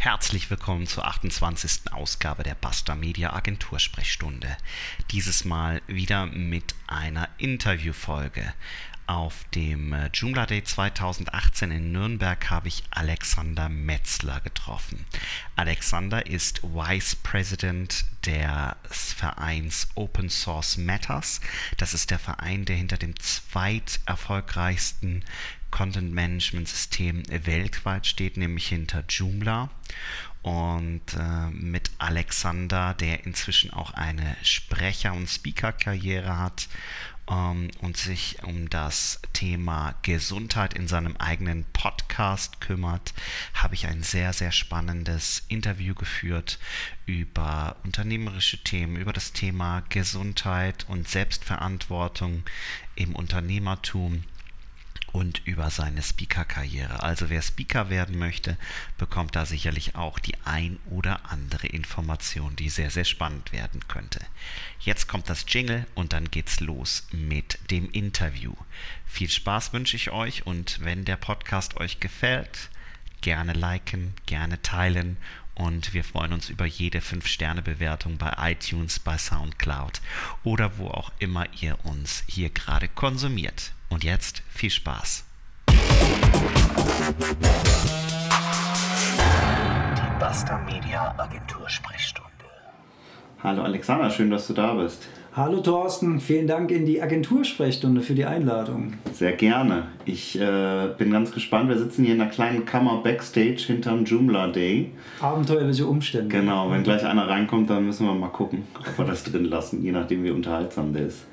Herzlich willkommen zur 28. Ausgabe der Basta Media Agentursprechstunde. Dieses Mal wieder mit einer Interviewfolge. Auf dem Joomla Day 2018 in Nürnberg habe ich Alexander Metzler getroffen. Alexander ist Vice President des Vereins Open Source Matters. Das ist der Verein, der hinter dem zweiterfolgreichsten Content-Management-System weltweit steht, nämlich hinter Joomla. Und mit Alexander, der inzwischen auch eine Sprecher- und Speaker-Karriere hat und sich um das Thema Gesundheit in seinem eigenen Podcast kümmert, habe ich ein sehr, sehr spannendes Interview geführt über unternehmerische Themen, über das Thema Gesundheit und Selbstverantwortung im Unternehmertum und über seine Speaker-Karriere. Also wer Speaker werden möchte, bekommt da sicherlich auch die ein oder andere Information, die sehr, sehr spannend werden könnte. Jetzt kommt das Jingle und dann geht's los mit dem Interview. Viel Spaß wünsche ich euch und wenn der Podcast euch gefällt, gerne liken, gerne teilen und wir freuen uns über jede 5-Sterne-Bewertung bei iTunes, bei Soundcloud oder wo auch immer ihr uns hier gerade konsumiert. Und jetzt viel Spaß. Die Basta Media Agentursprechstunde. Hallo Alexander, schön, dass du da bist. Hallo Thorsten, vielen Dank in die Agentursprechstunde für die Einladung. Sehr gerne. Ich bin ganz gespannt. Wir sitzen hier in einer kleinen Kammer Backstage hinterm Joomla Day. Abenteuerliche Umstände. Genau, wenn gleich einer reinkommt, dann müssen wir mal gucken, ob wir das drin lassen, je nachdem wie unterhaltsam der ist.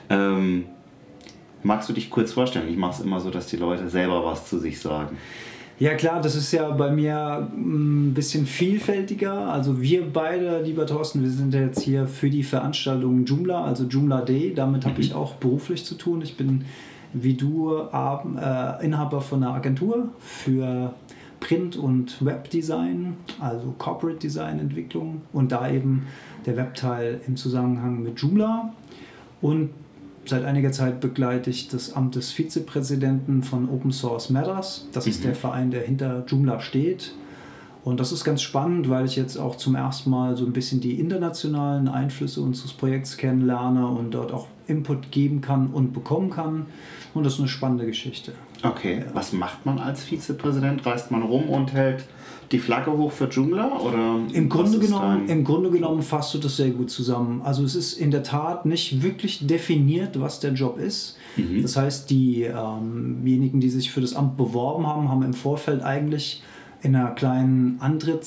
Magst du dich kurz vorstellen? Ich mache es immer so, dass die Leute selber was zu sich sagen. Ja klar, das ist ja bei mir ein bisschen vielfältiger. Also wir beide, lieber Thorsten, wir sind ja jetzt hier für die Veranstaltung Joomla, also Joomla Day. Damit habe ich auch beruflich zu tun. Ich bin wie du Inhaber von einer Agentur für Print- und Webdesign, also Corporate Design Entwicklung und da eben der Webteil im Zusammenhang mit Joomla. Und seit einiger Zeit begleite ich das Amt des Vizepräsidenten von Open Source Matters. Das ist der Verein, der hinter Joomla steht. Und das ist ganz spannend, weil ich jetzt auch zum ersten Mal so ein bisschen die internationalen Einflüsse unseres Projekts kennenlerne und dort auch Input geben kann und bekommen kann. Und das ist eine spannende Geschichte. Okay, ja. Was macht man als Vizepräsident? Reist man rum und hält die Flagge hoch für Joomla? Oder Im Grunde genommen fasst du das sehr gut zusammen. Also es ist in der Tat nicht wirklich definiert, was der Job ist. Das heißt, diejenigen, die sich für das Amt beworben haben, haben im Vorfeld eigentlich in einer kleinen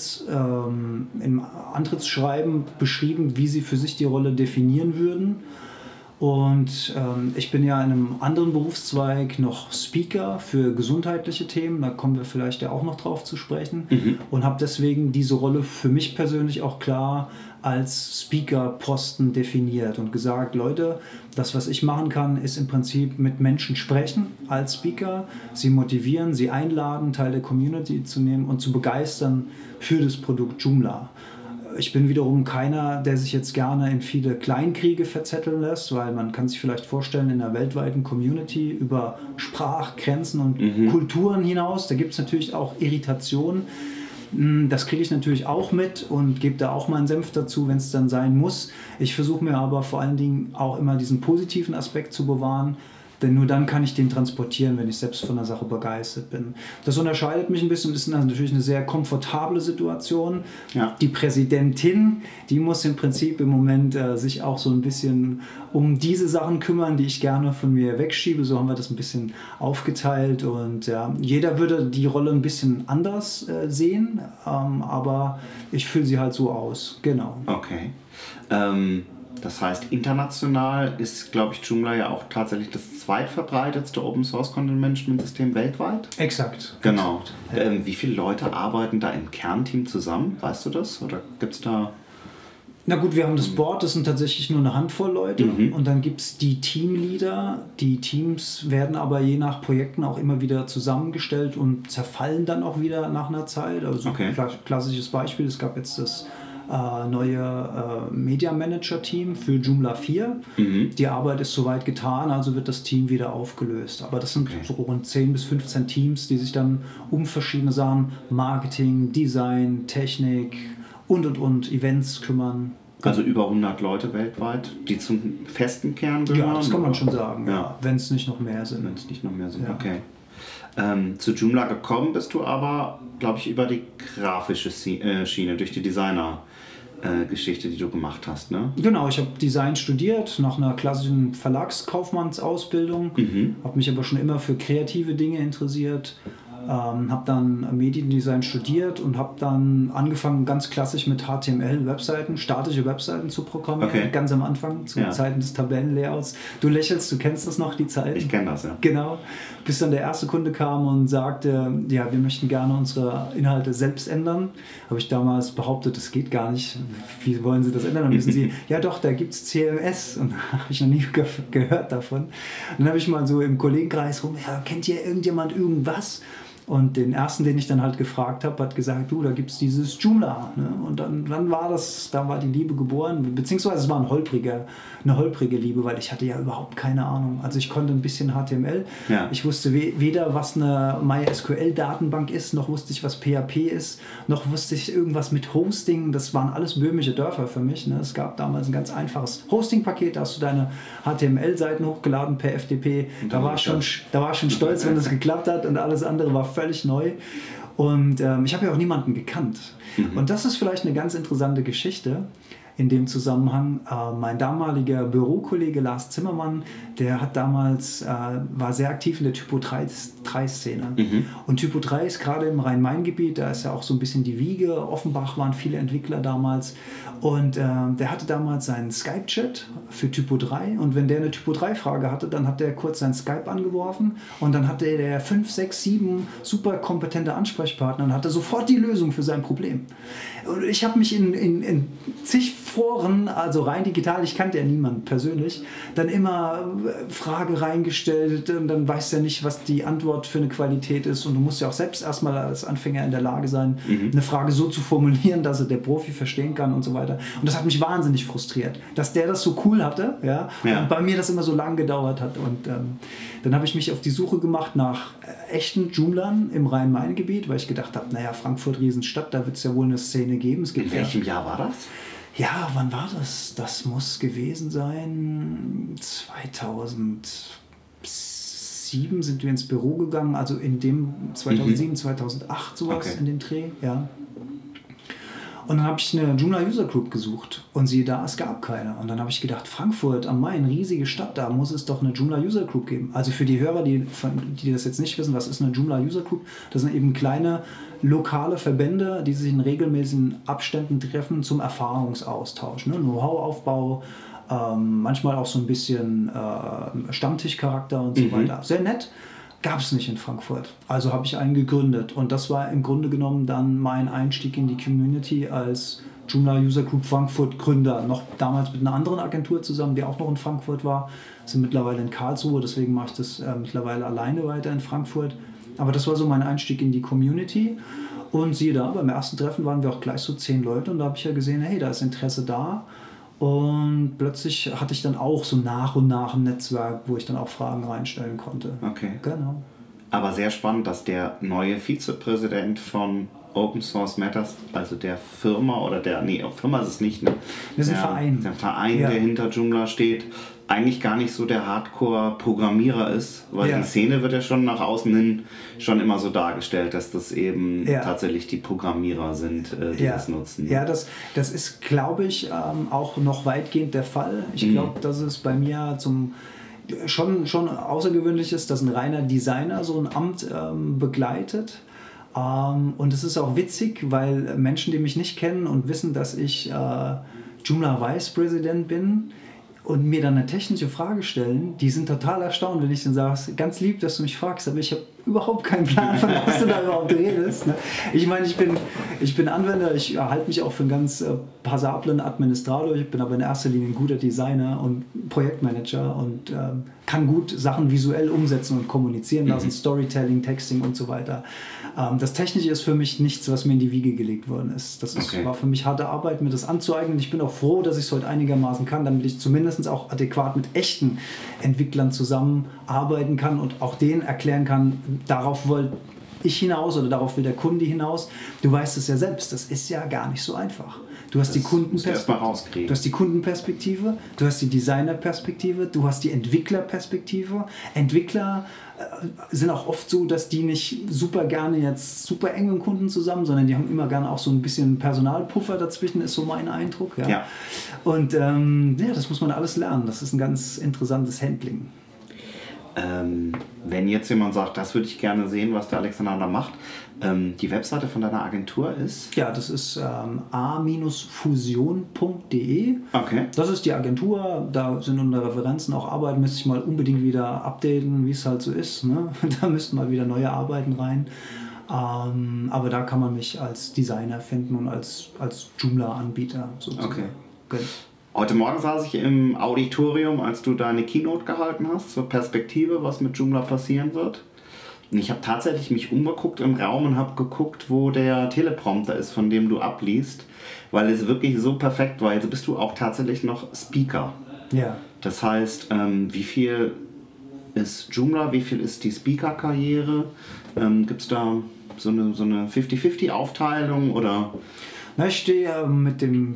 im Antrittsschreiben beschrieben, wie sie für sich die Rolle definieren würden. Und ich bin ja in einem anderen Berufszweig noch Speaker für gesundheitliche Themen, da kommen wir vielleicht ja auch noch drauf zu sprechen, und habe deswegen diese Rolle für mich persönlich auch klar als Speaker-Posten definiert und gesagt, Leute, das, was ich machen kann, ist im Prinzip mit Menschen sprechen als Speaker, sie motivieren, sie einladen, Teil der Community zu nehmen und zu begeistern für das Produkt Joomla. Ich bin wiederum keiner, der sich jetzt gerne in viele Kleinkriege verzetteln lässt, weil man kann sich vielleicht vorstellen, in einer weltweiten Community über Sprachgrenzen und Kulturen hinaus, da gibt es natürlich auch Irritationen. Das kriege ich natürlich auch mit und gebe da auch meinen Senf dazu, wenn es dann sein muss. Ich versuche mir aber vor allen Dingen auch immer diesen positiven Aspekt zu bewahren, denn nur dann kann ich den transportieren, wenn ich selbst von der Sache begeistert bin. Das unterscheidet mich ein bisschen, das ist natürlich eine sehr komfortable Situation. Ja. Die Präsidentin, die muss im Prinzip im Moment sich auch so ein bisschen um diese Sachen kümmern, die ich gerne von mir wegschiebe. So haben wir das ein bisschen aufgeteilt und jeder würde die Rolle ein bisschen anders sehen, aber ich fülle sie halt so aus. Genau. Okay. Das heißt, international ist, glaube ich, Joomla ja auch tatsächlich das zweitverbreitetste Open-Source-Content-Management-System weltweit. Exakt. Genau. Exakt. Wie viele Leute arbeiten da im Kernteam zusammen? Weißt du das? Oder gibt es da... Na gut, wir haben das Board, das sind tatsächlich nur eine Handvoll Leute und dann gibt es die Teamleader. Die Teams werden aber je nach Projekten auch immer wieder zusammengestellt und zerfallen dann auch wieder nach einer Zeit. Also klassisches Beispiel, es gab jetzt das neue Media Manager Team für Joomla 4. Die Arbeit ist soweit getan, also wird das Team wieder aufgelöst. Aber das sind so rund 10 bis 15 Teams, die sich dann um verschiedene Sachen, Marketing, Design, Technik und Events kümmern. Also über 100 Leute weltweit, die zum festen Kern gehören? Ja, das kann man schon sagen, wenn es nicht noch mehr sind. Wenn es nicht noch mehr sind, okay. Zu Joomla gekommen bist du aber, glaube ich, über die grafische Schiene, durch die Designer-Geschichte, die du gemacht hast, ne? Genau, ich habe Design studiert, nach einer klassischen Verlagskaufmannsausbildung, habe mich aber schon immer für kreative Dinge interessiert. Habe dann Mediendesign studiert und habe dann angefangen, ganz klassisch mit HTML-Webseiten, statische Webseiten zu programmieren, ganz am Anfang, zu Zeiten des Tabellenlayouts. Du lächelst, du kennst das noch, die Zeit? Ich kenne das, ja. Genau, bis dann der erste Kunde kam und sagte, ja, wir möchten gerne unsere Inhalte selbst ändern. Habe ich damals behauptet, das geht gar nicht. Wie wollen Sie das ändern? Dann müssen Sie, ja doch, da gibt es CMS. Und da habe ich noch nie gehört davon. Dann habe ich mal so im Kollegenkreis rum, ja, kennt hier irgendjemand irgendwas? Und den ersten, den ich dann halt gefragt habe, hat gesagt, du, da gibt es dieses Joomla. Ne? Und dann war die Liebe geboren, beziehungsweise es war eine holprige Liebe, weil ich hatte ja überhaupt keine Ahnung. Also ich konnte ein bisschen HTML. Ja. Ich wusste weder, was eine MySQL-Datenbank ist, noch wusste ich, was PHP ist, noch wusste ich irgendwas mit Hosting. Das waren alles böhmische Dörfer für mich. Ne? Es gab damals ein ganz einfaches Hosting-Paket, da hast du deine HTML-Seiten hochgeladen per FTP. Da war ich schon stolz, wenn das geklappt hat, und alles andere war völlig neu. Und ich habe ja auch niemanden gekannt. Und das ist vielleicht eine ganz interessante Geschichte in dem Zusammenhang. Mein damaliger Bürokollege Lars Zimmermann, der hat damals, war sehr aktiv in der Typo-3-Szene. Und Typo-3 ist gerade im Rhein-Main-Gebiet, da ist ja auch so ein bisschen die Wiege. Offenbach waren viele Entwickler damals. Und der hatte damals seinen Skype-Chat für Typo-3. Und wenn der eine Typo-3-Frage hatte, dann hat der kurz sein Skype angeworfen. Und dann hatte der 5, 6, 7 super kompetente Ansprechpartner und hatte sofort die Lösung für sein Problem. Und ich habe mich in zig Foren, also rein digital, ich kannte ja niemanden persönlich, dann immer Frage reingestellt, und dann weißt du ja nicht, was die Antwort für eine Qualität ist, und du musst ja auch selbst erstmal als Anfänger in der Lage sein, eine Frage so zu formulieren, dass er der Profi verstehen kann und so weiter. Und das hat mich wahnsinnig frustriert, dass der das so cool hatte, und bei mir das immer so lang gedauert hat. Und dann habe ich mich auf die Suche gemacht nach echten Joomlern im Rhein-Main-Gebiet, weil ich gedacht habe, naja, Frankfurt, Riesenstadt, da wird es ja wohl eine Szene geben. In welchem Jahr war das? Ja, wann war das? Das muss gewesen sein 2007 sind wir ins Büro gegangen, also in dem 2007, 2008 sowas in dem Dreh, ja. Und dann habe ich eine Joomla User Group gesucht und siehe da, es gab keine. Und dann habe ich gedacht, Frankfurt am Main, riesige Stadt, da muss es doch eine Joomla User Group geben. Also für die Hörer, die das jetzt nicht wissen, was ist eine Joomla User Group? Das sind eben kleine lokale Verbände, die sich in regelmäßigen Abständen treffen zum Erfahrungsaustausch. Ne? Know-how-Aufbau, manchmal auch so ein bisschen Stammtischcharakter und so weiter. Sehr nett. Gab es nicht in Frankfurt. Also habe ich einen gegründet. Und das war im Grunde genommen dann mein Einstieg in die Community als Joomla User Group Frankfurt Gründer. Noch damals mit einer anderen Agentur zusammen, die auch noch in Frankfurt war. Sind mittlerweile in Karlsruhe, deswegen mache ich das mittlerweile alleine weiter in Frankfurt. Aber das war so mein Einstieg in die Community. Und siehe da, beim ersten Treffen waren wir auch gleich so 10 Leute. Und da habe ich ja gesehen, hey, da ist Interesse da. Und plötzlich hatte ich dann auch so nach und nach ein Netzwerk, wo ich dann auch Fragen reinstellen konnte. Okay. Genau. Aber sehr spannend, dass der neue Vizepräsident von Open Source Matters, also der Firma Firma ist es nicht, ne? Das ist ein Verein. Der Verein, der hinter Joomla steht, eigentlich gar nicht so der Hardcore-Programmierer ist, weil die Szene wird ja schon nach außen hin schon immer so dargestellt, dass das eben tatsächlich die Programmierer sind, die das nutzen. Ja, das ist, glaube ich, auch noch weitgehend der Fall. Ich glaube, dass es bei mir schon außergewöhnlich ist, dass ein reiner Designer so ein Amt begleitet. Und es ist auch witzig, weil Menschen, die mich nicht kennen und wissen, dass ich Joomla Vice President bin, und mir dann eine technische Frage stellen, die sind total erstaunt, wenn ich dann sage, ganz lieb, dass du mich fragst, aber ich habe überhaupt keinen Plan, von was du da überhaupt redest. Ne? Ich meine, ich bin Anwender, ich halte mich auch für einen ganz passablen Administrator, ich bin aber in erster Linie ein guter Designer und Projektmanager und kann gut Sachen visuell umsetzen und kommunizieren lassen, Storytelling, Texting und so weiter. Das Technische ist für mich nichts, was mir in die Wiege gelegt worden ist. War für mich harte Arbeit, mir das anzueignen. Ich bin auch froh, dass ich es heute einigermaßen kann, damit ich zumindest auch adäquat mit echten Entwicklern zusammenarbeiten kann und auch denen erklären kann, darauf wollte ich hinaus oder darauf will der Kunde hinaus. Du weißt es ja selbst, das ist ja gar nicht so einfach. Du hast die Kundenperspektive, du hast die Designerperspektive, du hast die Entwicklerperspektive. Entwickler sind auch oft so, dass die nicht super gerne jetzt super eng mit dem Kunden zusammen, sondern die haben immer gerne auch so ein bisschen Personalpuffer dazwischen, ist so mein Eindruck. Ja. Und das muss man alles lernen. Das ist ein ganz interessantes Handling. Wenn jetzt jemand sagt, das würde ich gerne sehen, was der Alexander da macht, die Webseite von deiner Agentur ist? Ja, das ist a-fusion.de. Okay. Das ist die Agentur, da sind unter Referenzen auch Arbeiten, müsste ich mal unbedingt wieder updaten, wie es halt so ist. Ne? Da müssten mal wieder neue Arbeiten rein. Aber da kann man mich als Designer finden und als Joomla-Anbieter sozusagen. Okay. Gut. Heute Morgen saß ich im Auditorium, als du deine Keynote gehalten hast, zur Perspektive, was mit Joomla passieren wird. Und ich habe tatsächlich mich umgeguckt im Raum und habe geguckt, wo der Teleprompter ist, von dem du abliest, weil es wirklich so perfekt war. Jetzt bist du auch tatsächlich noch Speaker. Ja. Das heißt, wie viel ist Joomla, wie viel ist die Speaker-Karriere? Gibt es da so eine 50-50-Aufteilung oder... Na, ich stehe mit dem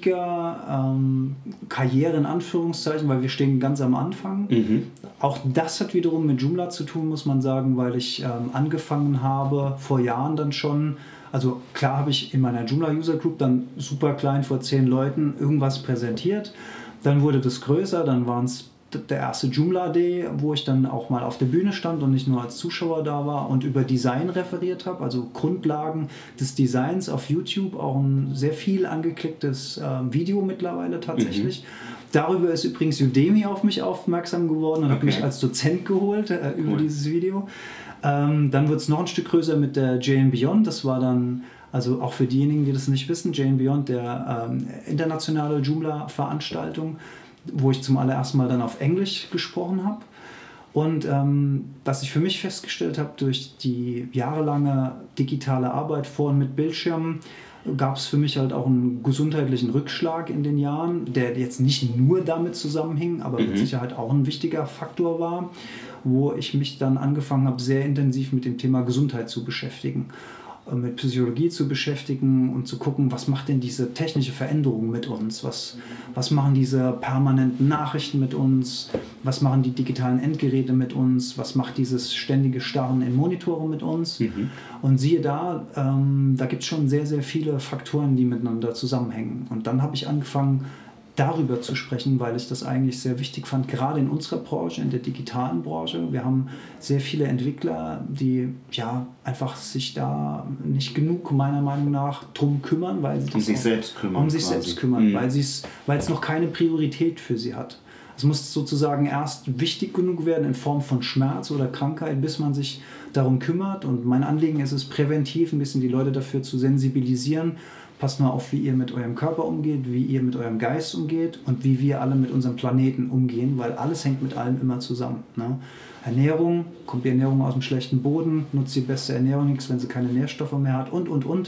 Speaker Karriere in Anführungszeichen, weil wir stehen ganz am Anfang. Auch das hat wiederum mit Joomla zu tun, muss man sagen, weil ich angefangen habe vor Jahren dann schon. Also klar habe ich in meiner Joomla User Group dann super klein vor 10 Leuten irgendwas präsentiert. Dann wurde das größer, dann waren es der erste Joomla Day, wo ich dann auch mal auf der Bühne stand und nicht nur als Zuschauer da war und über Design referiert habe, also Grundlagen des Designs auf YouTube, auch ein sehr viel angeklicktes Video mittlerweile tatsächlich. Darüber ist übrigens Udemy auf mich aufmerksam geworden und hat mich als Dozent geholt über dieses Video. Dann wird es noch ein Stück größer mit der Jane Beyond, das war dann, also auch für diejenigen, die das nicht wissen, Jane Beyond, der internationale Joomla-Veranstaltung, wo ich zum allerersten Mal dann auf Englisch gesprochen habe. Und was ich für mich festgestellt habe, durch die jahrelange digitale Arbeit vor und mit Bildschirmen, gab es für mich halt auch einen gesundheitlichen Rückschlag in den Jahren, der jetzt nicht nur damit zusammenhing, aber mit Sicherheit auch ein wichtiger Faktor war, wo ich mich dann angefangen habe, sehr intensiv mit dem Thema Gesundheit zu beschäftigen. Mit Psychologie zu beschäftigen und zu gucken, was macht denn diese technische Veränderung mit uns, was machen diese permanenten Nachrichten mit uns, was machen die digitalen Endgeräte mit uns, was macht dieses ständige Starren in Monitore mit uns. Und siehe da, da gibt es schon sehr, sehr viele Faktoren, die miteinander zusammenhängen. Und dann habe ich angefangen, darüber zu sprechen, weil ich das eigentlich sehr wichtig fand, gerade in unserer Branche, in der digitalen Branche. Wir haben sehr viele Entwickler, die ja einfach sich da nicht genug, meiner Meinung nach, drum kümmern, weil sie sich selbst kümmern, weil es noch keine Priorität für sie hat. Es muss sozusagen erst wichtig genug werden in Form von Schmerz oder Krankheit, bis man sich darum kümmert. Und mein Anliegen ist es, präventiv ein bisschen die Leute dafür zu sensibilisieren. Passt mal auf, wie ihr mit eurem Körper umgeht, wie ihr mit eurem Geist umgeht und wie wir alle mit unserem Planeten umgehen, weil alles hängt mit allem immer zusammen. Ne? Ernährung, kommt die Ernährung aus dem schlechten Boden, nutzt die beste Ernährung nichts, wenn sie keine Nährstoffe mehr hat und.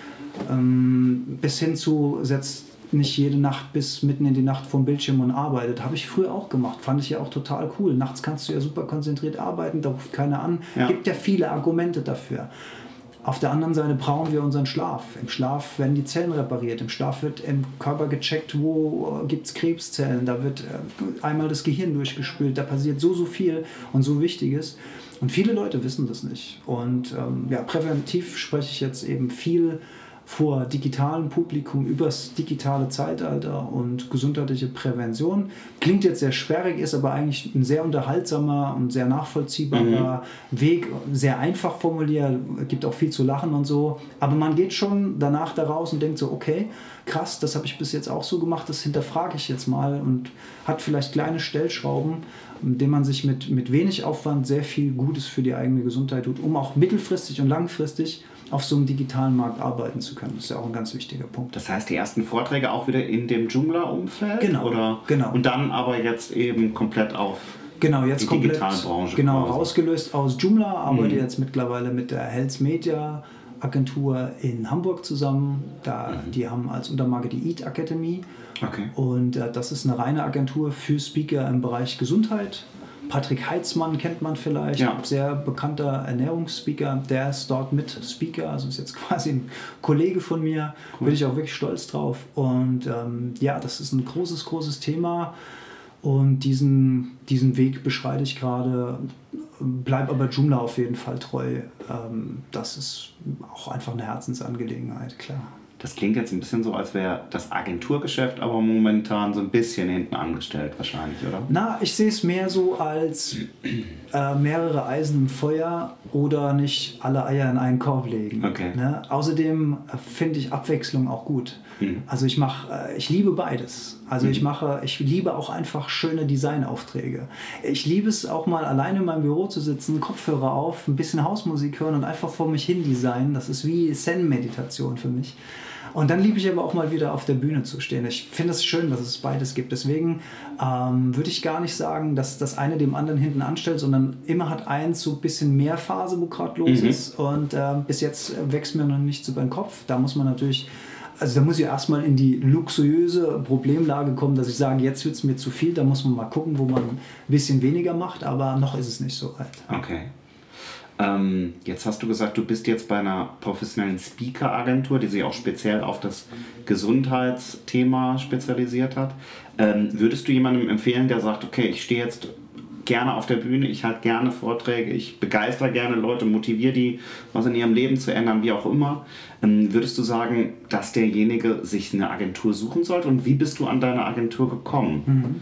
Bis hin zu, setzt nicht jede Nacht bis mitten in die Nacht vorm Bildschirm und arbeitet. Habe ich früher auch gemacht, fand ich ja auch total cool. Nachts kannst du ja super konzentriert arbeiten, da ruft keiner an. Ja. Gibt ja viele Argumente dafür. Auf der anderen Seite brauchen wir unseren Schlaf. Im Schlaf werden die Zellen repariert. Im Schlaf wird im Körper gecheckt, wo gibt es Krebszellen. Da wird einmal das Gehirn durchgespült. Da passiert so viel und so Wichtiges. Und viele Leute wissen das nicht. Und präventiv spreche ich jetzt eben viel vor digitalem Publikum übers digitale Zeitalter und gesundheitliche Prävention. Klingt jetzt sehr sperrig, ist aber eigentlich ein sehr unterhaltsamer und sehr nachvollziehbarer Weg, sehr einfach formuliert, gibt auch viel zu lachen und so, aber man geht schon danach da raus und denkt so, okay, krass, das habe ich bis jetzt auch so gemacht, das hinterfrage ich jetzt mal und hat vielleicht kleine Stellschrauben, mit denen man sich mit wenig Aufwand sehr viel Gutes für die eigene Gesundheit tut, um auch mittelfristig und langfristig auf so einem digitalen Markt arbeiten zu können. Das ist ja auch ein ganz wichtiger Punkt. Das heißt, die ersten Vorträge auch wieder in dem Joomla-Umfeld? Genau. Oder? Genau. Und dann aber jetzt eben komplett auf Genau, jetzt die komplett Digitalbranche rausgelöst aus Joomla, arbeite jetzt mittlerweile mit der Health Media Agentur in Hamburg zusammen. Die haben als Untermarke die Eat Academy. Okay. Und das ist eine reine Agentur für Speaker im Bereich Gesundheit. Patrick Heitzmann kennt man vielleicht, sehr bekannter Ernährungsspeaker, der ist dort mit Speaker, also ist jetzt quasi ein Kollege von mir, bin ich auch wirklich stolz drauf. Und das ist ein großes Thema und diesen Weg beschreite ich gerade, bleib aber Joomla auf jeden Fall treu. Das ist auch einfach eine Herzensangelegenheit, klar. Das klingt jetzt ein bisschen so, als wäre das Agenturgeschäft aber momentan so ein bisschen hinten angestellt wahrscheinlich, oder? Na, ich sehe es mehr so als mehrere Eisen im Feuer oder nicht alle Eier in einen Korb legen. Okay. Ne? Außerdem finde ich Abwechslung auch gut. Also ich liebe beides. Also ich liebe auch einfach schöne Designaufträge. Ich liebe es auch mal alleine in meinem Büro zu sitzen, Kopfhörer auf, ein bisschen Hausmusik hören und einfach vor mich hin designen. Das ist wie Zen-Meditation für mich. Und dann liebe ich aber auch mal wieder auf der Bühne zu stehen. Ich finde es schön, dass es beides gibt. Deswegen würde ich gar nicht sagen, dass das eine dem anderen hinten anstellt, sondern immer hat eins so ein bisschen mehr Phase, wo gerade los ist. Und bis jetzt wächst mir noch nichts über den Kopf. Da muss man natürlich... Also da muss ich erstmal in die luxuriöse Problemlage kommen, dass ich sage, jetzt wird es mir zu viel, da muss man mal gucken, wo man ein bisschen weniger macht, aber noch ist es nicht so weit. Okay. Jetzt hast du gesagt, du bist jetzt bei einer professionellen Speaker-Agentur, die sich auch speziell auf das Gesundheitsthema spezialisiert hat. Würdest du jemandem empfehlen, der sagt, okay, ich stehe jetzt gerne auf der Bühne, ich halte gerne Vorträge, ich begeistere gerne Leute, motiviere die, was in ihrem Leben zu ändern, wie auch immer. Würdest du sagen, dass derjenige sich eine Agentur suchen sollte und wie bist du an deine Agentur gekommen?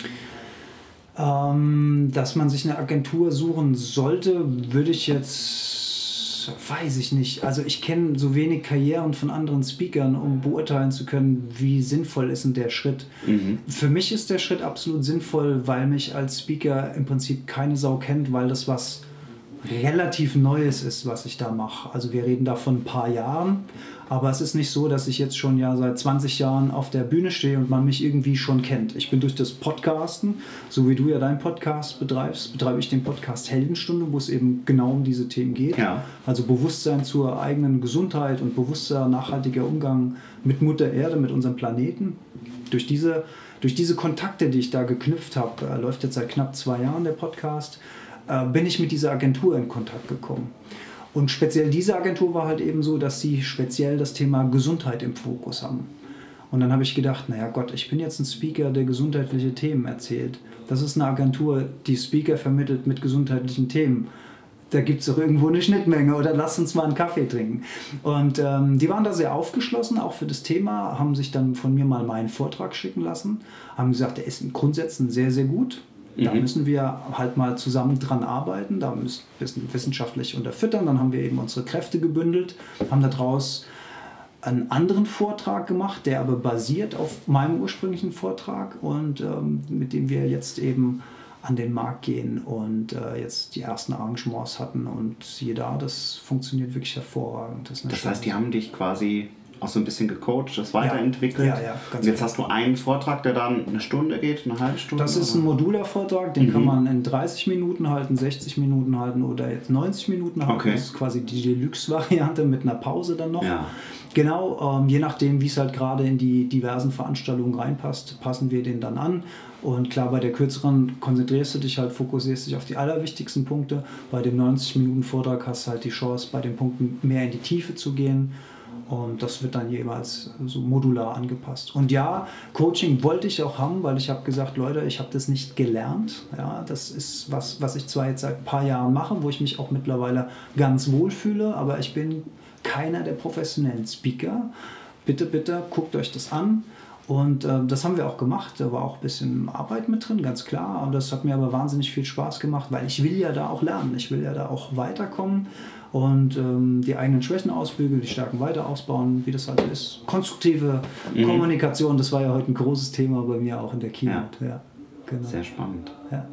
Dass man sich eine Agentur suchen sollte, würde ich jetzt, weiß ich nicht. Also ich kenne so wenig Karrieren von anderen Speakern, um beurteilen zu können, wie sinnvoll ist denn der Schritt. Für mich ist der Schritt absolut sinnvoll, weil mich als Speaker im Prinzip keine Sau kennt, weil das was relativ Neues ist, was ich da mache. Also wir reden da von ein paar Jahren, aber es ist nicht so, dass ich jetzt schon seit 20 Jahren auf der Bühne stehe und man mich irgendwie schon kennt. Ich bin durch das Podcasten, so wie du ja deinen Podcast betreibst, betreibe ich den Podcast Heldenstunde, wo es eben genau um diese Themen geht. Ja. Also Bewusstsein zur eigenen Gesundheit und bewusster, nachhaltiger Umgang mit Mutter Erde, mit unserem Planeten. Durch diese Kontakte, die ich da geknüpft habe, läuft jetzt seit knapp 2 Jahren der Podcast, bin ich mit dieser Agentur in Kontakt gekommen. Und speziell diese Agentur war halt eben so, dass sie speziell das Thema Gesundheit im Fokus haben. Und dann habe ich gedacht, naja Gott, ich bin jetzt ein Speaker, der gesundheitliche Themen erzählt. Das ist eine Agentur, die Speaker vermittelt mit gesundheitlichen Themen. Da gibt es doch irgendwo eine Schnittmenge oder lass uns mal einen Kaffee trinken. Und die waren da sehr aufgeschlossen, auch für das Thema, haben sich dann von mir mal meinen Vortrag schicken lassen, haben gesagt, der ist in Grundsätzen sehr, sehr gut. Da müssen wir halt mal zusammen dran arbeiten, da müssen wir ein bisschen wissenschaftlich unterfüttern. Dann haben wir eben unsere Kräfte gebündelt, haben daraus einen anderen Vortrag gemacht, der aber basiert auf meinem ursprünglichen Vortrag und mit dem wir jetzt eben an den Markt gehen und jetzt die ersten Arrangements hatten und siehe da, das funktioniert wirklich hervorragend. Das heißt, die haben dich quasi auch so ein bisschen gecoacht, das weiterentwickelt. Ja, und jetzt hast du einen Vortrag, der dann eine Stunde geht, eine halbe Stunde? Das ist ein Modular-Vortrag, den kann man in 30 Minuten halten, 60 Minuten halten oder jetzt 90 Minuten halten. Okay. Das ist quasi die Deluxe-Variante mit einer Pause dann noch. Ja. Genau, je nachdem, wie es halt gerade in die diversen Veranstaltungen reinpasst, passen wir den dann an. Und klar, bei der kürzeren konzentrierst du dich halt, fokussierst dich auf die allerwichtigsten Punkte. Bei dem 90-Minuten-Vortrag hast du halt die Chance, bei den Punkten mehr in die Tiefe zu gehen. Und das wird dann jeweils so modular angepasst. Und ja, Coaching wollte ich auch haben, weil ich habe gesagt, Leute, ich habe das nicht gelernt. Ja, das ist was ich zwar jetzt seit ein paar Jahren mache, wo ich mich auch mittlerweile ganz wohl fühle, aber ich bin keiner der professionellen Speaker. Bitte, guckt euch das an. Und das haben wir auch gemacht. Da war auch ein bisschen Arbeit mit drin, ganz klar. Und das hat mir aber wahnsinnig viel Spaß gemacht, weil ich will ja da auch lernen. Ich will ja da auch weiterkommen und die eigenen Schwächen ausbügeln, die Stärken weiter ausbauen, wie das halt ist. Konstruktive Kommunikation, das war ja heute ein großes Thema bei mir auch in der Keynote. Ja, genau. Sehr spannend. Ja.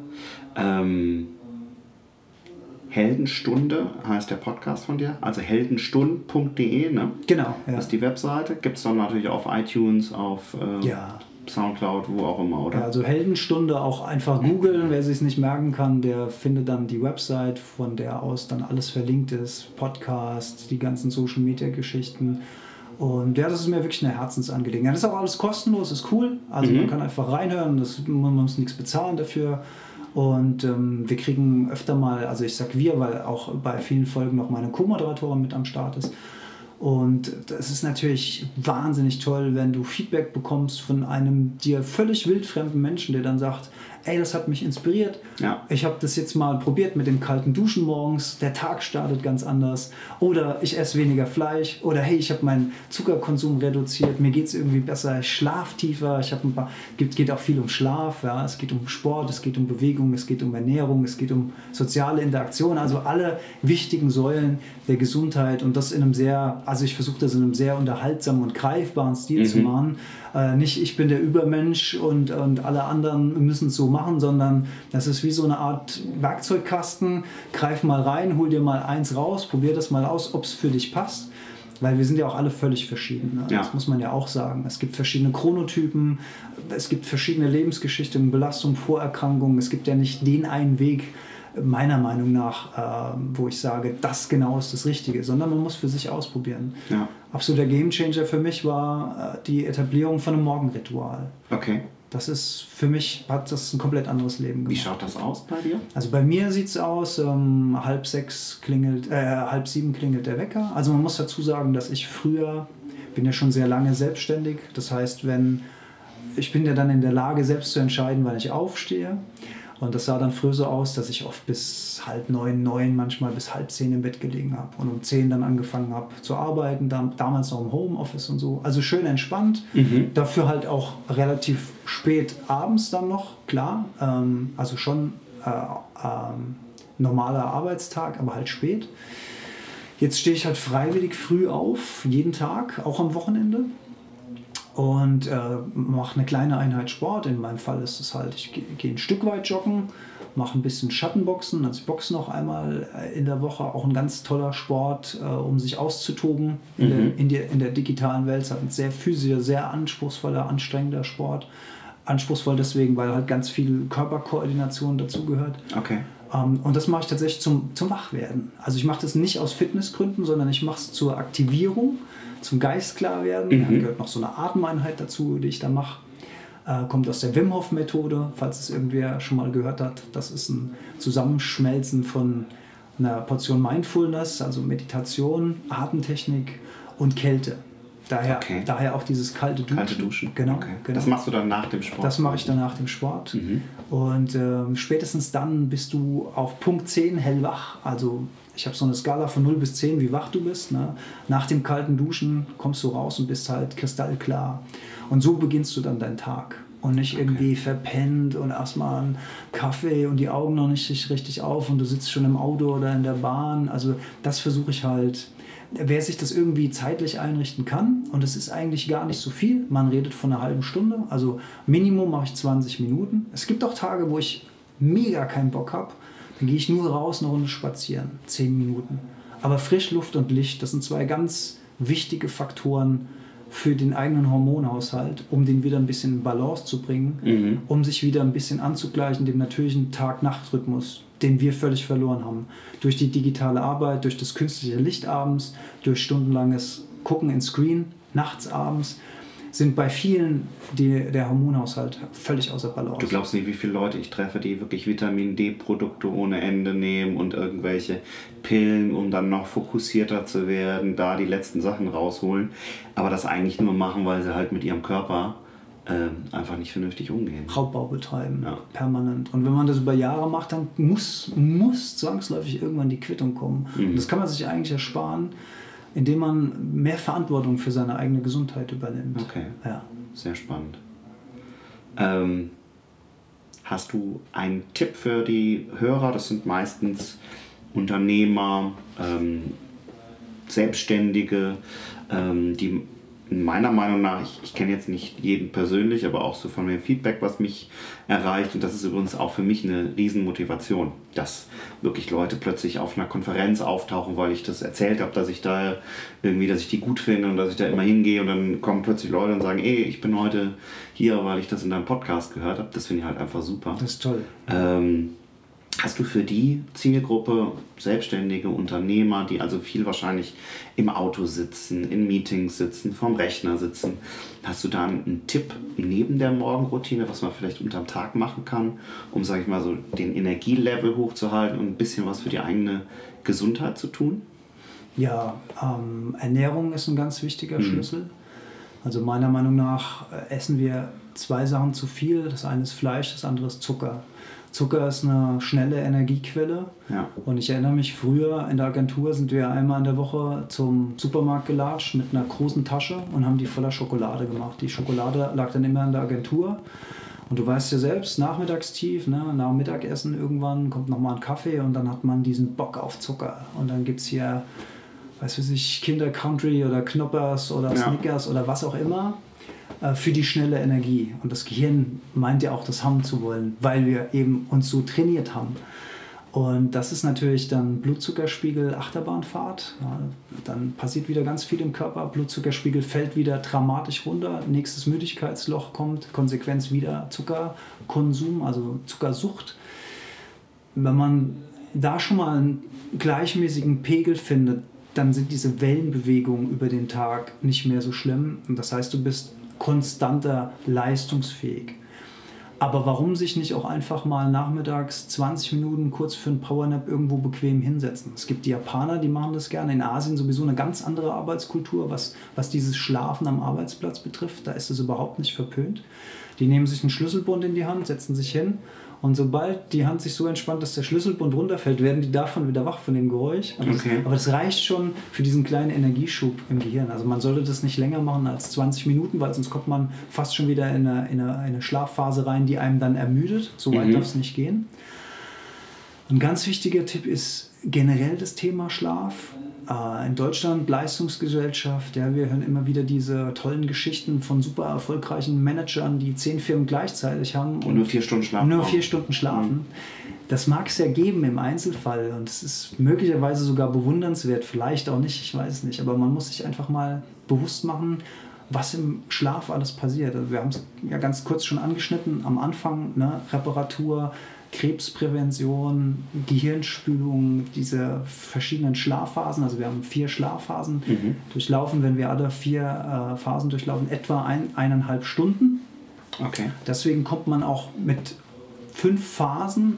Heldenstunde heißt der Podcast von dir, also heldenstund.de, ne? Genau. Ja. Das ist die Webseite. Gibt es dann natürlich auf iTunes, auf... Ja, Soundcloud, wo auch immer, oder? Ja, also Heldenstunde auch einfach googeln. Wer sich es nicht merken kann, der findet dann die Website, von der aus dann alles verlinkt ist. Podcast, die ganzen Social-Media-Geschichten. Und ja, das ist mir wirklich eine Herzensangelegenheit. Das ist auch alles kostenlos, ist cool. Also man kann einfach reinhören, man muss nichts bezahlen dafür. Und wir kriegen öfter mal, also ich sag wir, weil auch bei vielen Folgen noch meine Co-Moderatorin mit am Start ist. Und das ist natürlich wahnsinnig toll, wenn du Feedback bekommst von einem dir völlig wildfremden Menschen, der dann sagt, ey, das hat mich inspiriert. Ja. Ich habe das jetzt mal probiert mit dem kalten Duschen morgens. Der Tag startet ganz anders. Oder ich esse weniger Fleisch. Oder hey, ich habe meinen Zuckerkonsum reduziert. Mir geht es irgendwie besser. Ich schlafe tiefer. Geht auch viel um Schlaf. Ja. Es geht um Sport, es geht um Bewegung, es geht um Ernährung, es geht um soziale Interaktion. Also alle wichtigen Säulen der Gesundheit. Und das ich versuche das in einem sehr unterhaltsamen und greifbaren Stil zu machen. Nicht ich bin der Übermensch und alle anderen müssen es so machen, sondern das ist wie so eine Art Werkzeugkasten. Greif mal rein, hol dir mal eins raus, probier das mal aus, ob es für dich passt. Weil wir sind ja auch alle völlig verschieden. Ne? Ja. Das muss man ja auch sagen. Es gibt verschiedene Chronotypen, es gibt verschiedene Lebensgeschichten, Belastungen, Vorerkrankungen. Es gibt ja nicht den einen Weg, meiner Meinung nach, wo ich sage, das genau ist das Richtige, sondern man muss für sich ausprobieren. Ja. Absoluter Gamechanger für mich war die Etablierung von einem Morgenritual. Okay. Das ist für mich, hat das ein komplett anderes Leben gemacht. Wie schaut das aus bei dir? Also bei mir sieht es aus, 6:30 klingelt, 6:30 klingelt der Wecker. Also man muss dazu sagen, dass ich früher, bin ja schon sehr lange selbstständig. Das heißt, ich bin ja dann in der Lage, selbst zu entscheiden, wann ich aufstehe. Und das sah dann früher so aus, dass ich oft bis 8:30, manchmal bis 9:30 im Bett gelegen habe und um 10 dann angefangen habe zu arbeiten, damals noch im Homeoffice und so. Also schön entspannt, dafür halt auch relativ spät abends dann noch, klar. Also schon normaler Arbeitstag, aber halt spät. Jetzt stehe ich halt freiwillig früh auf, jeden Tag, auch am Wochenende. Und mache eine kleine Einheit Sport. In meinem Fall ist es halt, ich gehe ein Stück weit joggen, mache ein bisschen Schattenboxen. Also ich boxe noch einmal in der Woche. Auch ein ganz toller Sport, um sich auszutoben in der digitalen Welt. Es ist ein sehr physischer, sehr anspruchsvoller, anstrengender Sport. Anspruchsvoll deswegen, weil halt ganz viel Körperkoordination dazugehört. Okay. Und das mache ich tatsächlich zum Wachwerden. Also ich mache das nicht aus Fitnessgründen, sondern ich mache es zur Aktivierung, zum Geist klar werden. Da gehört noch so eine Atemeinheit dazu, die ich da mache. Kommt aus der Wim Hof Methode, falls es irgendwer schon mal gehört hat. Das ist ein Zusammenschmelzen von einer Portion Mindfulness, also Meditation, Atemtechnik und Kälte. Daher auch dieses kalte Duschen. Kalte Duschen. Genau. Das machst du dann nach dem Sport? Das mache ich dann nach dem Sport. Und spätestens dann bist du auf Punkt 10 hellwach. Also ich habe so eine Skala von 0 bis 10, wie wach du bist. Ne? Nach dem kalten Duschen kommst du raus und bist halt kristallklar. Und so beginnst du dann deinen Tag. Und nicht irgendwie verpennt und erstmal einen Kaffee und die Augen noch nicht richtig auf und du sitzt schon im Auto oder in der Bahn. Also das versuche ich halt. Wer sich das irgendwie zeitlich einrichten kann, und es ist eigentlich gar nicht so viel, man redet von einer halben Stunde, also Minimum mache ich 20 Minuten. Es gibt auch Tage, wo ich mega keinen Bock habe, dann gehe ich nur raus, eine Runde spazieren, 10 Minuten. Aber Frischluft und Licht, das sind zwei ganz wichtige Faktoren für den eigenen Hormonhaushalt, um den wieder ein bisschen in Balance zu bringen, um sich wieder ein bisschen anzugleichen, dem natürlichen Tag-Nacht-Rhythmus, den wir völlig verloren haben. Durch die digitale Arbeit, durch das künstliche Licht abends, durch stundenlanges Gucken in Screen, nachts, abends, sind bei vielen der Hormonhaushalt völlig außer Balance. Du glaubst nicht, wie viele Leute ich treffe, die wirklich Vitamin D-Produkte ohne Ende nehmen und irgendwelche Pillen, um dann noch fokussierter zu werden, da die letzten Sachen rausholen, aber das eigentlich nur machen, weil sie halt mit ihrem Körper einfach nicht vernünftig umgehen. Raubbau betreiben, permanent. Und wenn man das über Jahre macht, dann muss zwangsläufig irgendwann die Quittung kommen. Und das kann man sich eigentlich ersparen, indem man mehr Verantwortung für seine eigene Gesundheit übernimmt. Okay, sehr spannend. Hast du einen Tipp für die Hörer? Das sind meistens Unternehmer, Selbstständige, die meiner Meinung nach, ich kenne jetzt nicht jeden persönlich, aber auch so von dem Feedback, was mich erreicht, und das ist übrigens auch für mich eine Riesenmotivation, dass wirklich Leute plötzlich auf einer Konferenz auftauchen, weil ich das erzählt habe, dass ich die gut finde und dass ich da immer hingehe, und dann kommen plötzlich Leute und sagen, ich bin heute hier, weil ich das in deinem Podcast gehört habe. Das finde ich halt einfach super. Das ist toll. Hast du für die Zielgruppe selbstständige Unternehmer, die also viel wahrscheinlich im Auto sitzen, in Meetings sitzen, vorm Rechner sitzen, hast du da einen Tipp neben der Morgenroutine, was man vielleicht unterm Tag machen kann, um, sage ich mal, so den Energielevel hochzuhalten und ein bisschen was für die eigene Gesundheit zu tun? Ja, Ernährung ist ein ganz wichtiger Schlüssel. Also meiner Meinung nach essen wir 2 Sachen zu viel. Das eine ist Fleisch, das andere ist Zucker. Zucker ist eine schnelle Energiequelle. Ja. Und ich erinnere mich, früher in der Agentur sind wir einmal in der Woche zum Supermarkt gelatscht mit einer großen Tasche und haben die voller Schokolade gemacht. Die Schokolade lag dann immer in der Agentur. Und du weißt ja selbst, nachmittagstief, ne, nach dem Mittagessen irgendwann kommt nochmal ein Kaffee und dann hat man diesen Bock auf Zucker. Und dann gibt es hier, Kinder Country oder Knoppers oder Snickers oder was auch immer. Für die schnelle Energie. Und das Gehirn meint ja auch, das haben zu wollen, weil wir eben uns so trainiert haben. Und das ist natürlich dann Blutzuckerspiegel, Achterbahnfahrt. Ja, dann passiert wieder ganz viel im Körper. Blutzuckerspiegel fällt wieder dramatisch runter. Nächstes Müdigkeitsloch kommt. Konsequenz wieder Zuckerkonsum, also Zuckersucht. Wenn man da schon mal einen gleichmäßigen Pegel findet, dann sind diese Wellenbewegungen über den Tag nicht mehr so schlimm. Und das heißt, du bist konstanter leistungsfähig. Aber warum sich nicht auch einfach mal nachmittags 20 Minuten kurz für einen Powernap irgendwo bequem hinsetzen? Es gibt die Japaner, die machen das gerne. In Asien sowieso eine ganz andere Arbeitskultur, was dieses Schlafen am Arbeitsplatz betrifft. Da ist es überhaupt nicht verpönt. Die nehmen sich einen Schlüsselbund in die Hand, setzen sich hin. Und sobald die Hand sich so entspannt, dass der Schlüsselbund runterfällt, werden die davon wieder wach von dem Geräusch. Aber das reicht schon für diesen kleinen Energieschub im Gehirn. Also man sollte das nicht länger machen als 20 Minuten, weil sonst kommt man fast schon wieder in eine Schlafphase rein, die einem dann ermüdet. So weit darf es nicht gehen. Ein ganz wichtiger Tipp ist generell das Thema Schlaf. In Deutschland, Leistungsgesellschaft, ja, wir hören immer wieder diese tollen Geschichten von super erfolgreichen Managern, die 10 Firmen gleichzeitig haben und nur 4 Stunden schlafen. Nur 4 Stunden schlafen. Das mag es ja geben im Einzelfall und es ist möglicherweise sogar bewundernswert, vielleicht auch nicht, ich weiß es nicht, aber man muss sich einfach mal bewusst machen, was im Schlaf alles passiert. Also wir haben es ja ganz kurz schon angeschnitten am Anfang, ne? Reparatur, Krebsprävention, Gehirnspülung, diese verschiedenen Schlafphasen. Also wir haben 4 Schlafphasen durchlaufen. Wenn wir alle 4 Phasen durchlaufen, etwa 1,5 Stunden. Okay. Deswegen kommt man auch mit 5 Phasen,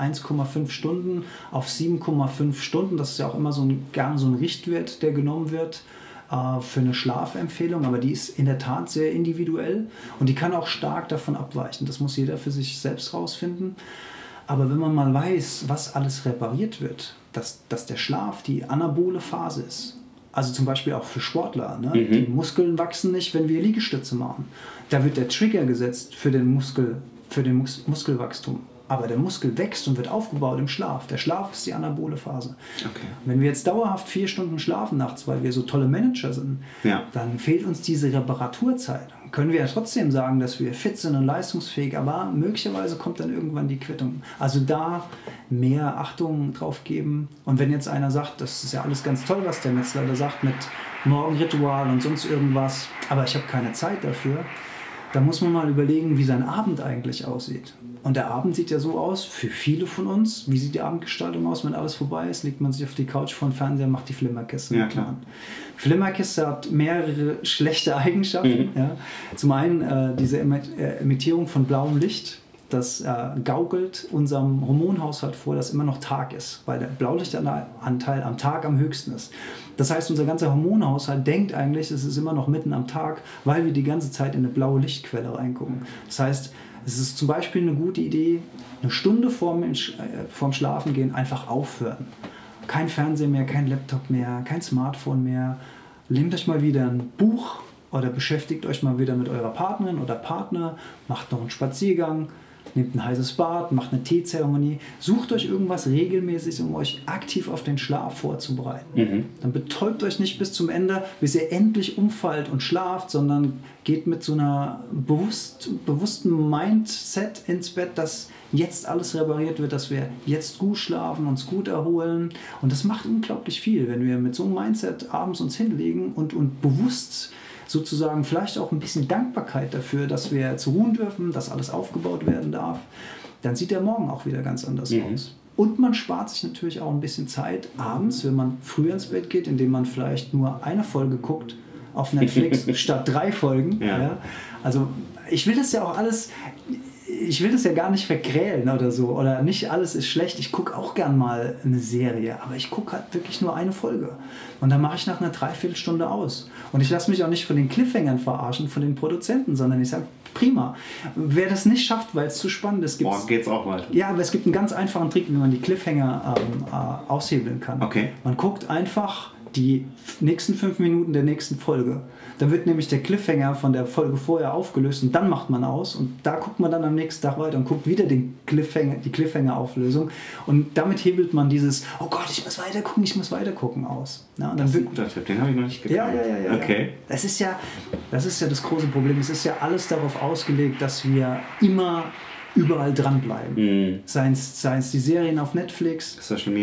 1,5 Stunden auf 7,5 Stunden. Das ist ja auch immer gerne so ein Richtwert, der genommen wird für eine Schlafempfehlung, aber die ist in der Tat sehr individuell und die kann auch stark davon abweichen. Das muss jeder für sich selbst rausfinden. Aber wenn man mal weiß, was alles repariert wird, dass der Schlaf die anabole Phase ist, also zum Beispiel auch für Sportler, ne? Die Muskeln wachsen nicht, wenn wir Liegestütze machen. Da wird der Trigger gesetzt für den Muskelwachstum. Aber der Muskel wächst und wird aufgebaut im Schlaf. Der Schlaf ist die anabole Phase. Okay. Wenn wir jetzt dauerhaft 4 Stunden schlafen nachts, weil wir so tolle Manager sind, dann fehlt uns diese Reparaturzeit. Dann können wir ja trotzdem sagen, dass wir fit sind und leistungsfähig, aber möglicherweise kommt dann irgendwann die Quittung. Also da mehr Achtung drauf geben. Und wenn jetzt einer sagt, das ist ja alles ganz toll, was der Metzler da sagt, mit Morgenritual und sonst irgendwas, aber ich habe keine Zeit dafür, dann muss man mal überlegen, wie sein Abend eigentlich aussieht. Und der Abend sieht ja so aus, für viele von uns, wie sieht die Abendgestaltung aus, wenn alles vorbei ist, legt man sich auf die Couch vor den Fernseher, macht die Flimmerkiste. Ja, klar. Flimmerkiste hat mehrere schlechte Eigenschaften. Ja. Zum einen diese Emittierung von blauem Licht, das gaukelt unserem Hormonhaushalt vor, dass immer noch Tag ist, weil der Blaulichtanteil am Tag am höchsten ist. Das heißt, unser ganzer Hormonhaushalt denkt eigentlich, es ist immer noch mitten am Tag, weil wir die ganze Zeit in eine blaue Lichtquelle reingucken. Das heißt, es ist zum Beispiel eine gute Idee, eine Stunde vorm Schlafengehen einfach aufhören. Kein Fernseher mehr, kein Laptop mehr, kein Smartphone mehr. Nehmt euch mal wieder ein Buch oder beschäftigt euch mal wieder mit eurer Partnerin oder Partner, macht noch einen Spaziergang, nehmt ein heißes Bad, macht eine Teezeremonie, sucht euch irgendwas regelmäßig, um euch aktiv auf den Schlaf vorzubereiten. Dann betäubt euch nicht bis zum Ende, bis ihr endlich umfallt und schlaft, sondern geht mit so einer bewussten Mindset ins Bett, dass jetzt alles repariert wird, dass wir jetzt gut schlafen, uns gut erholen. Und das macht unglaublich viel, wenn wir mit so einem Mindset abends uns hinlegen und bewusst sozusagen vielleicht auch ein bisschen Dankbarkeit dafür, dass wir jetzt ruhen dürfen, dass alles aufgebaut werden darf, dann sieht der Morgen auch wieder ganz anders aus. Und man spart sich natürlich auch ein bisschen Zeit abends, wenn man früher ins Bett geht, indem man vielleicht nur eine Folge guckt auf Netflix statt 3 Folgen. Ja. Also ich will das ja gar nicht vergrälen oder so, oder nicht alles ist schlecht. Ich gucke auch gern mal eine Serie, aber ich gucke halt wirklich nur eine Folge. Und dann mache ich nach einer Dreiviertelstunde aus. Und ich lasse mich auch nicht von den Cliffhangern verarschen, von den Produzenten, sondern ich sage, prima. Wer das nicht schafft, weil es zu spannend ist, morgen geht's auch weiter. Ja, aber es gibt einen ganz einfachen Trick, wie man die Cliffhanger aushebeln kann. Okay. Man guckt einfach die nächsten 5 Minuten der nächsten Folge. Dann wird nämlich der Cliffhanger von der Folge vorher aufgelöst und dann macht man aus und da guckt man dann am nächsten Tag weiter und guckt wieder die Cliffhanger-Auflösung und damit hebelt man dieses, oh Gott, ich muss weitergucken aus. Ja, und dann das ist ein guter Tipp, den habe ich noch nicht gekannt. Ja. Okay. Das ist ja das große Problem. Es ist ja alles darauf ausgelegt, dass wir immer überall dranbleiben. Seien es die Serien auf Netflix,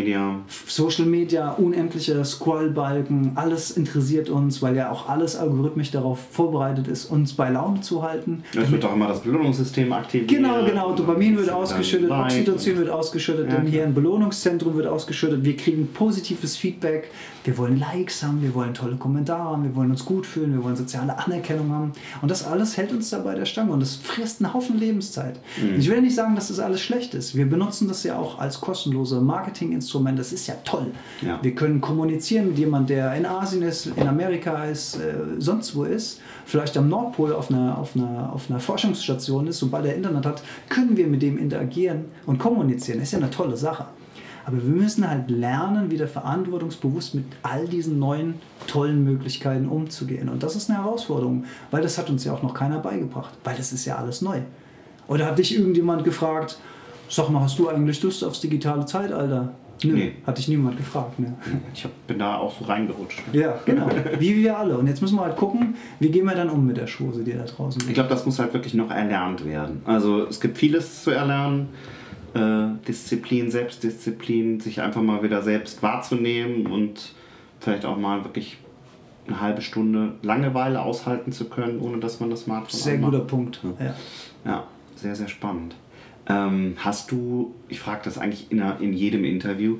Social Media, unendliche Scrollbalken, alles interessiert uns, weil ja auch alles algorithmisch darauf vorbereitet ist, uns bei Laune zu halten. Es wird doch immer das Belohnungssystem aktiviert. Genau. Dopamin wird ausgeschüttet, Oxytocin wird ausgeschüttet, denn hier ein Belohnungszentrum wird ausgeschüttet. Wir kriegen positives Feedback. Wir wollen Likes haben, wir wollen tolle Kommentare haben, wir wollen uns gut fühlen, wir wollen soziale Anerkennung haben. Und das alles hält uns da bei der Stange und das frisst einen Haufen Lebenszeit. Ich will nicht sagen, dass das alles schlecht ist. Wir benutzen das ja auch als kostenlose Marketinginstrument. Das ist ja toll. Ja. Wir können kommunizieren mit jemandem, der in Asien ist, in Amerika ist, sonst wo ist, vielleicht am Nordpol auf einer Forschungsstation ist. Sobald er Internet hat, können wir mit dem interagieren und kommunizieren. Das ist ja eine tolle Sache. Aber wir müssen halt lernen, wieder verantwortungsbewusst mit all diesen neuen, tollen Möglichkeiten umzugehen. Und das ist eine Herausforderung, weil das hat uns ja auch noch keiner beigebracht, weil das ist ja alles neu. Oder hat dich irgendjemand gefragt, sag mal, hast du eigentlich Lust aufs digitale Zeitalter? Nö, nee. Hat dich niemand gefragt. Ne? Ich bin da auch so reingerutscht. Ja, genau. Wie wir alle. Und jetzt müssen wir halt gucken, wie gehen wir dann um mit der Chose, die da draußen ist. Ich glaube, das muss halt wirklich noch erlernt werden. Also es gibt vieles zu erlernen. Disziplin, Selbstdisziplin, sich einfach mal wieder selbst wahrzunehmen und vielleicht auch mal wirklich eine halbe Stunde Langeweile aushalten zu können, ohne dass man das Smartphone Sehr anmacht. Guter Punkt. Ja, sehr, sehr spannend. Hast du, ich frage das eigentlich in jedem Interview,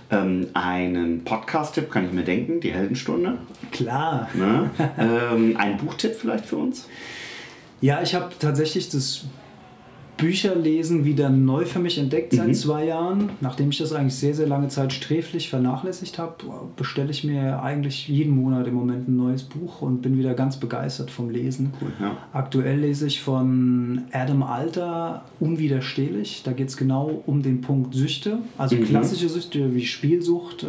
einen Podcast-Tipp, kann ich mir denken, die Heldenstunde? Klar. Ne? Ein Buchtipp vielleicht für uns? Ja, ich habe tatsächlich das Bücherlesen wieder neu für mich entdeckt seit 2 Jahren. Nachdem ich das eigentlich sehr, sehr lange Zeit sträflich vernachlässigt habe, bestelle ich mir eigentlich jeden Monat im Moment ein neues Buch und bin wieder ganz begeistert vom Lesen. Cool, ja. Aktuell lese ich von Adam Alter Unwiderstehlich. Da geht es genau um den Punkt Süchte, also klassische Süchte wie Spielsucht,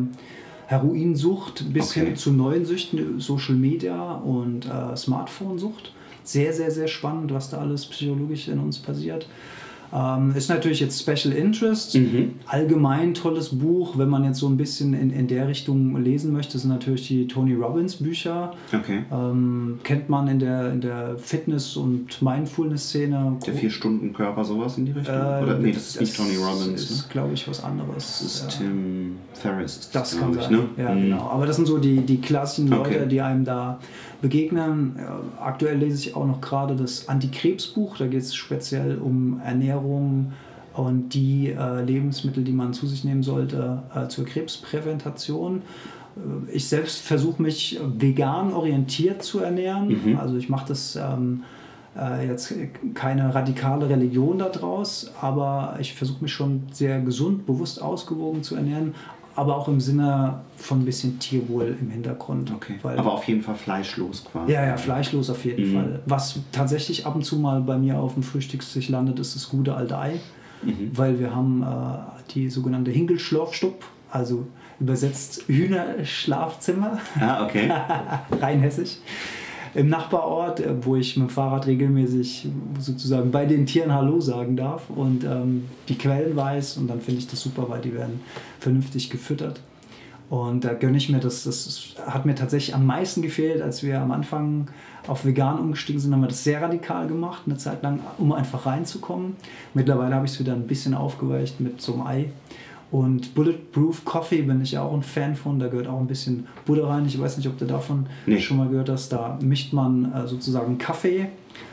Heroinsucht bis hin zu neuen Süchten, Social Media und Smartphone-Sucht. Sehr, sehr, sehr spannend, was da alles psychologisch in uns passiert. Ist natürlich jetzt Special Interest. Allgemein tolles Buch, wenn man jetzt so ein bisschen in der Richtung lesen möchte, sind natürlich die Tony Robbins Bücher. Okay. Kennt man in der Fitness- und Mindfulness-Szene. Der 4-Stunden-Körper, sowas in die Richtung? Oder nee, das ist nicht Tony Robbins. Das ist, glaube ich, was anderes. Das ist Tim Ferriss. Das kann sein. Ne? Ja, genau. Aber das sind so die klassischen Leute, die einem da begegnen. Aktuell lese ich auch noch gerade das Antikrebsbuch. Da geht es speziell um Ernährung und die Lebensmittel, die man zu sich nehmen sollte zur Krebspräventation. Ich selbst versuche mich vegan orientiert zu ernähren. Also ich mache das jetzt keine radikale Religion daraus, aber ich versuche mich schon sehr gesund, bewusst ausgewogen zu ernähren, aber auch im Sinne von ein bisschen Tierwohl im Hintergrund. Okay. Aber auf jeden Fall fleischlos quasi. Ja, fleischlos auf jeden Fall. Was tatsächlich ab und zu mal bei mir auf dem Frühstückstisch landet, ist das gute alte Ei, weil wir haben die sogenannte Hinkelschlafstub, also übersetzt Hühnerschlafzimmer. Ah, okay. Rein hessisch. im Nachbarort, wo ich mit dem Fahrrad regelmäßig sozusagen bei den Tieren Hallo sagen darf und die Quellen weiß. Und dann finde ich das super, weil die werden vernünftig gefüttert. Und da gönne ich mir das. Das hat mir tatsächlich am meisten gefehlt, als wir am Anfang auf vegan umgestiegen sind, haben wir das sehr radikal gemacht, eine Zeit lang, um einfach reinzukommen. Mittlerweile habe ich es wieder ein bisschen aufgeweicht mit so einem Ei. Und Bulletproof Coffee bin ich ja auch ein Fan von, da gehört auch ein bisschen Butter rein. Ich weiß nicht, ob du davon schon mal gehört hast. Da mischt man sozusagen Kaffee,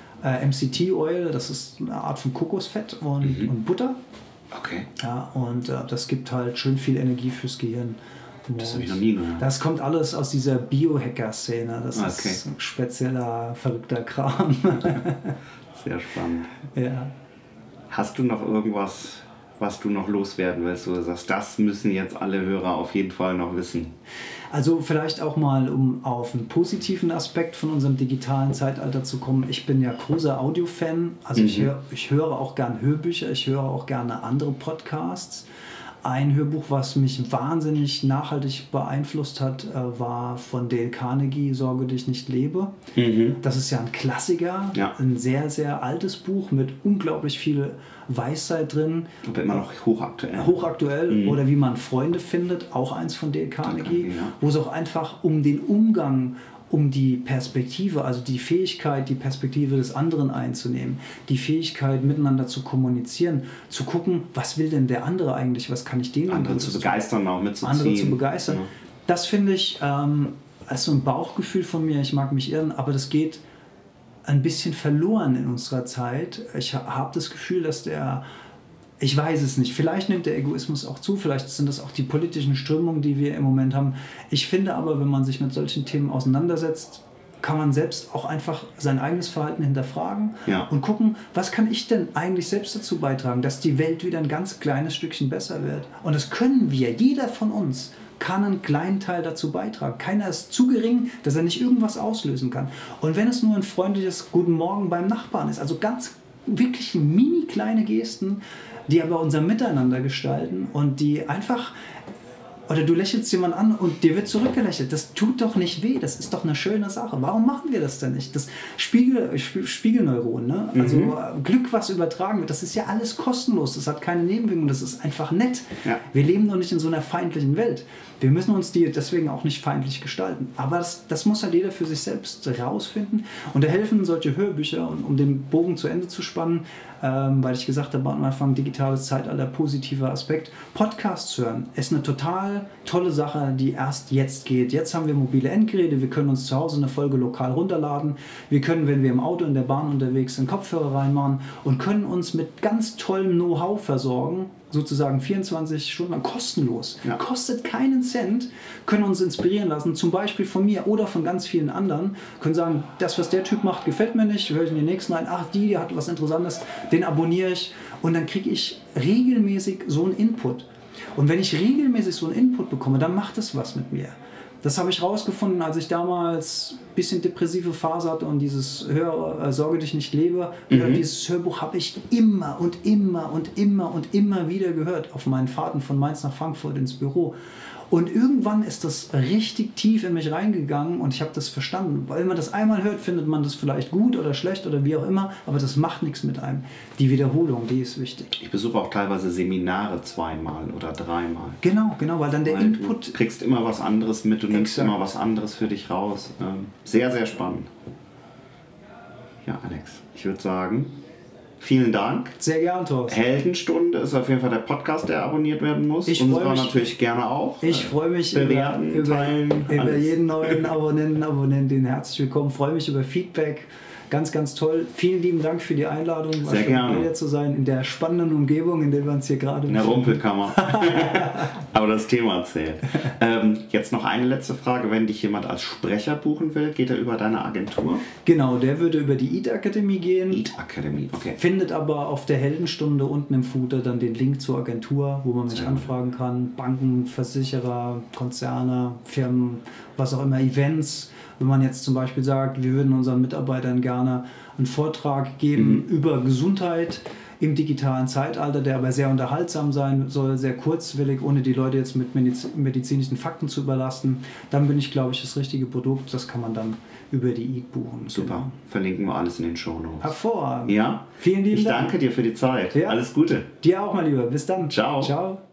MCT Oil, das ist eine Art von Kokosfett und Butter. Okay. Ja, und das gibt halt schön viel Energie fürs Gehirn. Das habe ich noch nie gehört. Das kommt alles aus dieser Biohacker-Szene. Das ist ein spezieller, verrückter Kram. Sehr spannend. Ja. Hast du noch irgendwas, was du noch loswerden willst, wo du sagst, das müssen jetzt alle Hörer auf jeden Fall noch wissen? Also vielleicht auch mal, um auf einen positiven Aspekt von unserem digitalen Zeitalter zu kommen. Ich bin ja großer Audio-Fan. Also ich höre auch gern Hörbücher, ich höre auch gerne andere Podcasts. Ein Hörbuch, was mich wahnsinnig nachhaltig beeinflusst hat, war von Dale Carnegie, Sorge dich nicht lebe. Das ist ja ein Klassiker, ein sehr, sehr altes Buch mit unglaublich viel Weisheit drin. Aber immer noch hochaktuell. Hochaktuell. Oder wie man Freunde findet, auch eins von Dale Carnegie, wo es auch einfach um den Umgang, um die Perspektive, also die Fähigkeit, die Perspektive des anderen einzunehmen, die Fähigkeit, miteinander zu kommunizieren, zu gucken, was will denn der andere eigentlich, was kann ich denen andere zu begeistern, auch mitzuziehen. Andere zu begeistern. Ja. Das finde ich als so ein Bauchgefühl von mir, ich mag mich irren, aber das geht ein bisschen verloren in unserer Zeit. Ich habe das Gefühl, dass ich weiß es nicht. Vielleicht nimmt der Egoismus auch zu, vielleicht sind das auch die politischen Strömungen, die wir im Moment haben. Ich finde aber, wenn man sich mit solchen Themen auseinandersetzt, kann man selbst auch einfach sein eigenes Verhalten hinterfragen und gucken, was kann ich denn eigentlich selbst dazu beitragen, dass die Welt wieder ein ganz kleines Stückchen besser wird. Und das können wir, jeder von uns kann einen kleinen Teil dazu beitragen. Keiner ist zu gering, dass er nicht irgendwas auslösen kann. Und wenn es nur ein freundliches Guten Morgen beim Nachbarn ist, also ganz wirklich mini kleine Gesten, die aber unser Miteinander gestalten und die einfach, oder du lächelst jemanden an und dir wird zurückgelächelt. Das tut doch nicht weh, das ist doch eine schöne Sache. Warum machen wir das denn nicht? Das Spiegelneuron, ne? Also Glück, was übertragen wird, das ist ja alles kostenlos, das hat keine Nebenwirkungen, das ist einfach nett. Ja. Wir leben doch nicht in so einer feindlichen Welt. Wir müssen uns die deswegen auch nicht feindlich gestalten. Aber das muss halt jeder für sich selbst rausfinden. Und da helfen solche Hörbücher, um den Bogen zu Ende zu spannen, weil ich gesagt habe, am Anfang digitales Zeitalter, positiver Aspekt. Podcasts hören ist eine total tolle Sache, die erst jetzt geht. Jetzt haben wir mobile Endgeräte, wir können uns zu Hause eine Folge lokal runterladen. Wir können, wenn wir im Auto, in der Bahn unterwegs sind, Kopfhörer reinmachen und können uns mit ganz tollem Know-how versorgen, sozusagen 24 Stunden lang kostenlos. Ja. Kostet keinen Cent, können uns inspirieren lassen, zum Beispiel von mir oder von ganz vielen anderen, können sagen, das, was der Typ macht, gefällt mir nicht, höre ich in den nächsten rein, ach, die hat was Interessantes, den abonniere ich und dann kriege ich regelmäßig so einen Input. Und wenn ich regelmäßig so einen Input bekomme, dann macht es was mit mir. Das habe ich rausgefunden, als ich damals ein bisschen depressive Phase hatte und dieses Sorge dich nicht lebe. Dieses Hörbuch habe ich immer und immer und immer und immer wieder gehört auf meinen Fahrten von Mainz nach Frankfurt ins Büro. Und irgendwann ist das richtig tief in mich reingegangen und ich habe das verstanden. Weil wenn man das einmal hört, findet man das vielleicht gut oder schlecht oder wie auch immer, aber das macht nichts mit einem. Die Wiederholung, die ist wichtig. Ich besuche auch teilweise Seminare 2-mal oder 3-mal. Genau, weil dann der Input... Du kriegst immer was anderes mit, du nimmst immer was anderes für dich raus. Sehr, sehr spannend. Ja, Alex, ich würde sagen... Vielen Dank. Sehr gern, Thorsten. Heldenstunde ist auf jeden Fall der Podcast, der abonniert werden muss. Ich freue mich natürlich gerne auch. Ich freue mich bewerten, teilen, über jeden neuen Abonnentin. Herzlich willkommen. Ich freue mich über Feedback. Ganz, ganz toll. Vielen lieben Dank für die Einladung. War sehr gerne. Hier zu sein in der spannenden Umgebung, in der wir uns hier gerade in der Rumpelkammer. Aber das Thema erzählt. Jetzt noch eine letzte Frage. Wenn dich jemand als Sprecher buchen will, geht er über deine Agentur? Genau, der würde über die EAT Akademie gehen. EAT Akademie, okay. Findet aber auf der Heldenstunde unten im Footer dann den Link zur Agentur, wo man mich anfragen kann. Banken, Versicherer, Konzerne, Firmen, was auch immer, Events. Wenn man jetzt zum Beispiel sagt, wir würden unseren Mitarbeitern gerne einen Vortrag geben über Gesundheit im digitalen Zeitalter, der aber sehr unterhaltsam sein soll, sehr kurzwillig, ohne die Leute jetzt mit medizinischen Fakten zu überlasten, dann bin ich, glaube ich, das richtige Produkt. Das kann man dann über die Eat buchen. Super, genau. Verlinken wir alles in den Shownotes. Hervorragend. Ja, vielen lieben ich Dank. danke dir für die Zeit. Ja. Alles Gute. Dir auch, mein Lieber. Bis dann. Ciao. Ciao.